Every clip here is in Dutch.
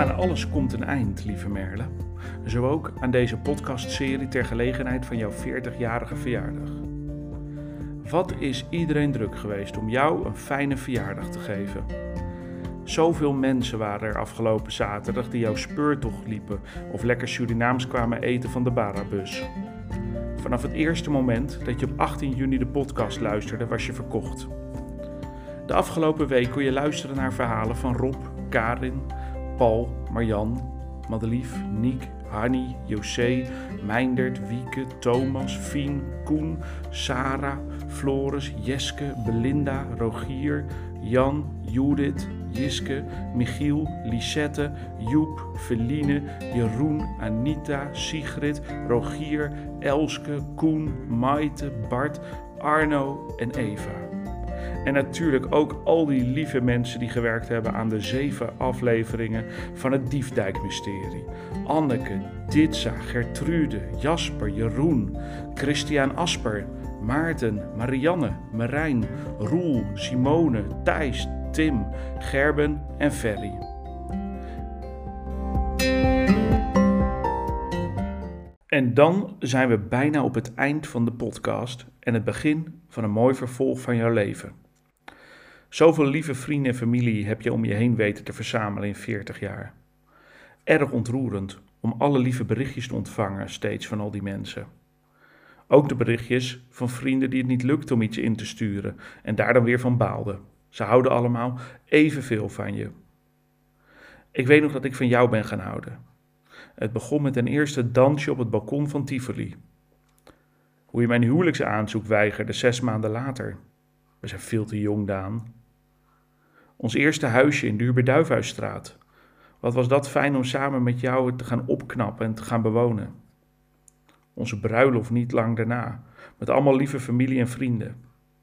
Aan alles komt een eind, lieve Merle. Zo ook aan deze podcastserie ter gelegenheid van jouw 40-jarige verjaardag. Wat is iedereen druk geweest om jou een fijne verjaardag te geven? Zoveel mensen waren er afgelopen zaterdag die jouw speurtocht liepen of lekker Surinaams kwamen eten van de Barabus. Vanaf het eerste moment dat je op 18 juni de podcast luisterde, was je verkocht. De afgelopen week kon je luisteren naar verhalen van Rob, Karin, Paul, Marjan, Madelief, Niek, Hanny, José, Meindert, Wieke, Thomas, Fien, Koen, Sarah, Floris, Jeske, Belinda, Rogier, Jan, Judith, Jiske, Michiel, Lisette, Joep, Feline, Jeroen, Anita, Sigrid, Rogier, Elske, Koen, Maite, Bart, Arno en Eva. En natuurlijk ook al die lieve mensen die gewerkt hebben aan de 7 afleveringen van het Diefdijk-mysterie. Anneke, Ditsa, Gertrude, Jasper, Jeroen, Christian Asper, Maarten, Marianne, Marijn, Roel, Simone, Thijs, Tim, Gerben en Ferry. En dan zijn we bijna op het eind van de podcast en het begin van een mooi vervolg van jouw leven. Zoveel lieve vrienden en familie heb je om je heen weten te verzamelen in 40 jaar. Erg ontroerend om alle lieve berichtjes te ontvangen steeds van al die mensen. Ook de berichtjes van vrienden die het niet lukte om iets in te sturen en daar dan weer van baalden. Ze houden allemaal evenveel van je. Ik weet nog dat ik van jou ben gaan houden. Het begon met een eerste dansje op het balkon van Tivoli. Hoe je mijn huwelijksaanzoek weigerde 6 maanden later. We zijn veel te jong, Daan. Ons eerste huisje in de Huberduifhuisstraat. Wat was dat fijn om samen met jou te gaan opknappen en te gaan bewonen. Onze bruiloft niet lang daarna, met allemaal lieve familie en vrienden.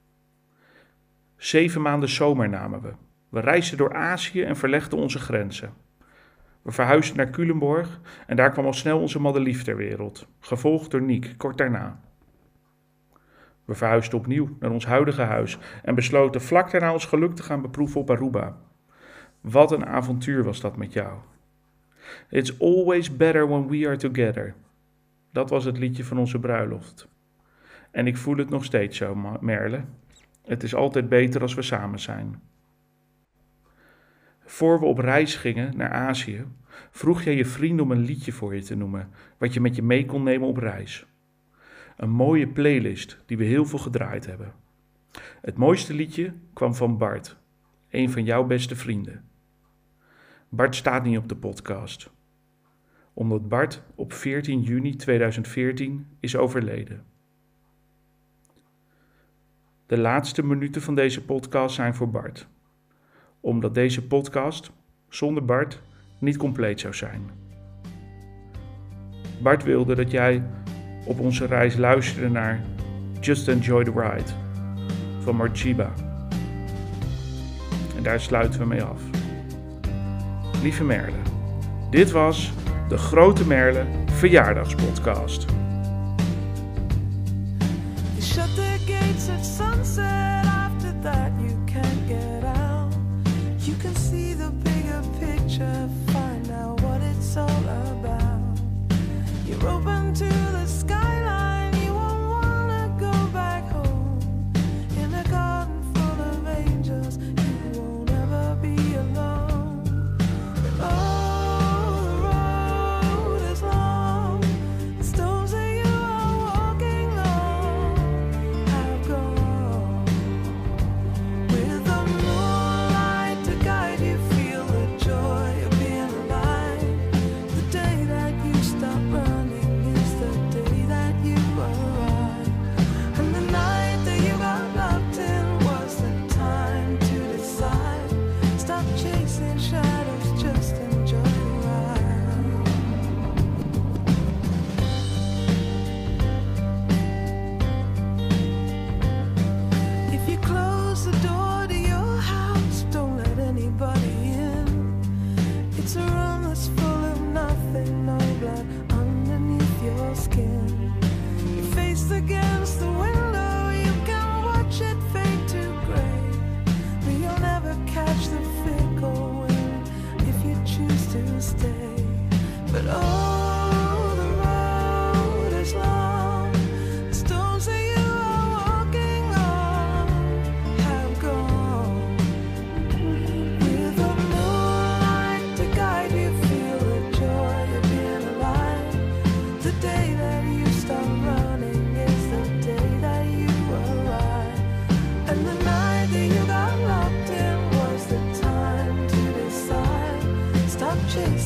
7 maanden zomer namen we. We reisden door Azië en verlegden onze grenzen. We verhuisden naar Culemborg en daar kwam al snel onze Madelief ter wereld, gevolgd door Niek kort daarna. We verhuisden opnieuw naar ons huidige huis en besloten vlak daarna ons geluk te gaan beproeven op Aruba. Wat een avontuur was dat met jou. It's always better when we are together. Dat was het liedje van onze bruiloft. En ik voel het nog steeds zo, Merle. Het is altijd beter als we samen zijn. Voor we op reis gingen naar Azië, vroeg jij je vrienden om een liedje voor je te noemen, wat je met je mee kon nemen op reis. Een mooie playlist die we heel veel gedraaid hebben. Het mooiste liedje kwam van Bart, een van jouw beste vrienden. Bart staat niet op de podcast, omdat Bart op 14 juni 2014 is overleden. De laatste minuten van deze podcast zijn voor Bart, omdat deze podcast zonder Bart niet compleet zou zijn. Bart wilde dat jij op onze reis luisterde naar Just Enjoy the Ride van Marchiba. En daar sluiten we mee af. Lieve Merle, dit was de Grote Merle Verjaardagspodcast. Shut the gates at sunset, after that you can't get out. You can see the bigger picture, find out what it's all about. You're open to the skyline, you won't wanna go back home. In a garden full of angels, you won't ever be alone. Oh, the road is long, the stones that you are walking on have gone.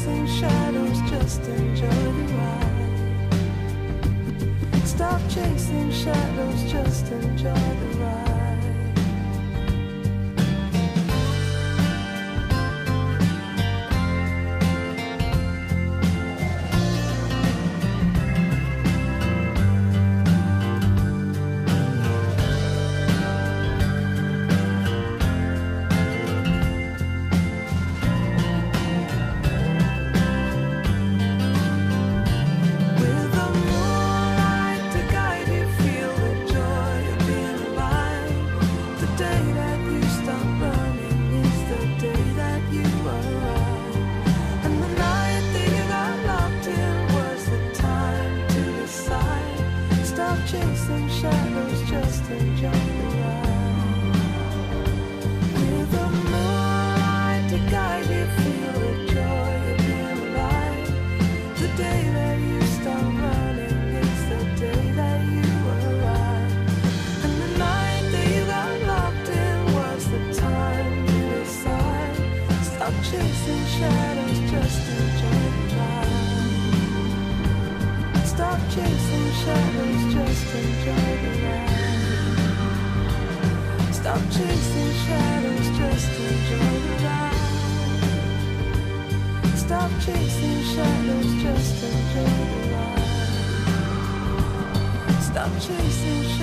chasing shadows, just enjoy the ride. Stop chasing shadows, just enjoy the ride. Chasing shadows, just enjoy the ride. With the moonlight to guide you, feel the joy of being alive. The day that you stop running is the day that you arrive. And the night that you got locked in was the time to decide. Stop chasing shadows, just enjoy the ride. Stop chasing shadows, just enjoy the ride. Stop chasing shadows, just enjoy the ride. Stop chasing shadows, just enjoy the ride. Stop chasing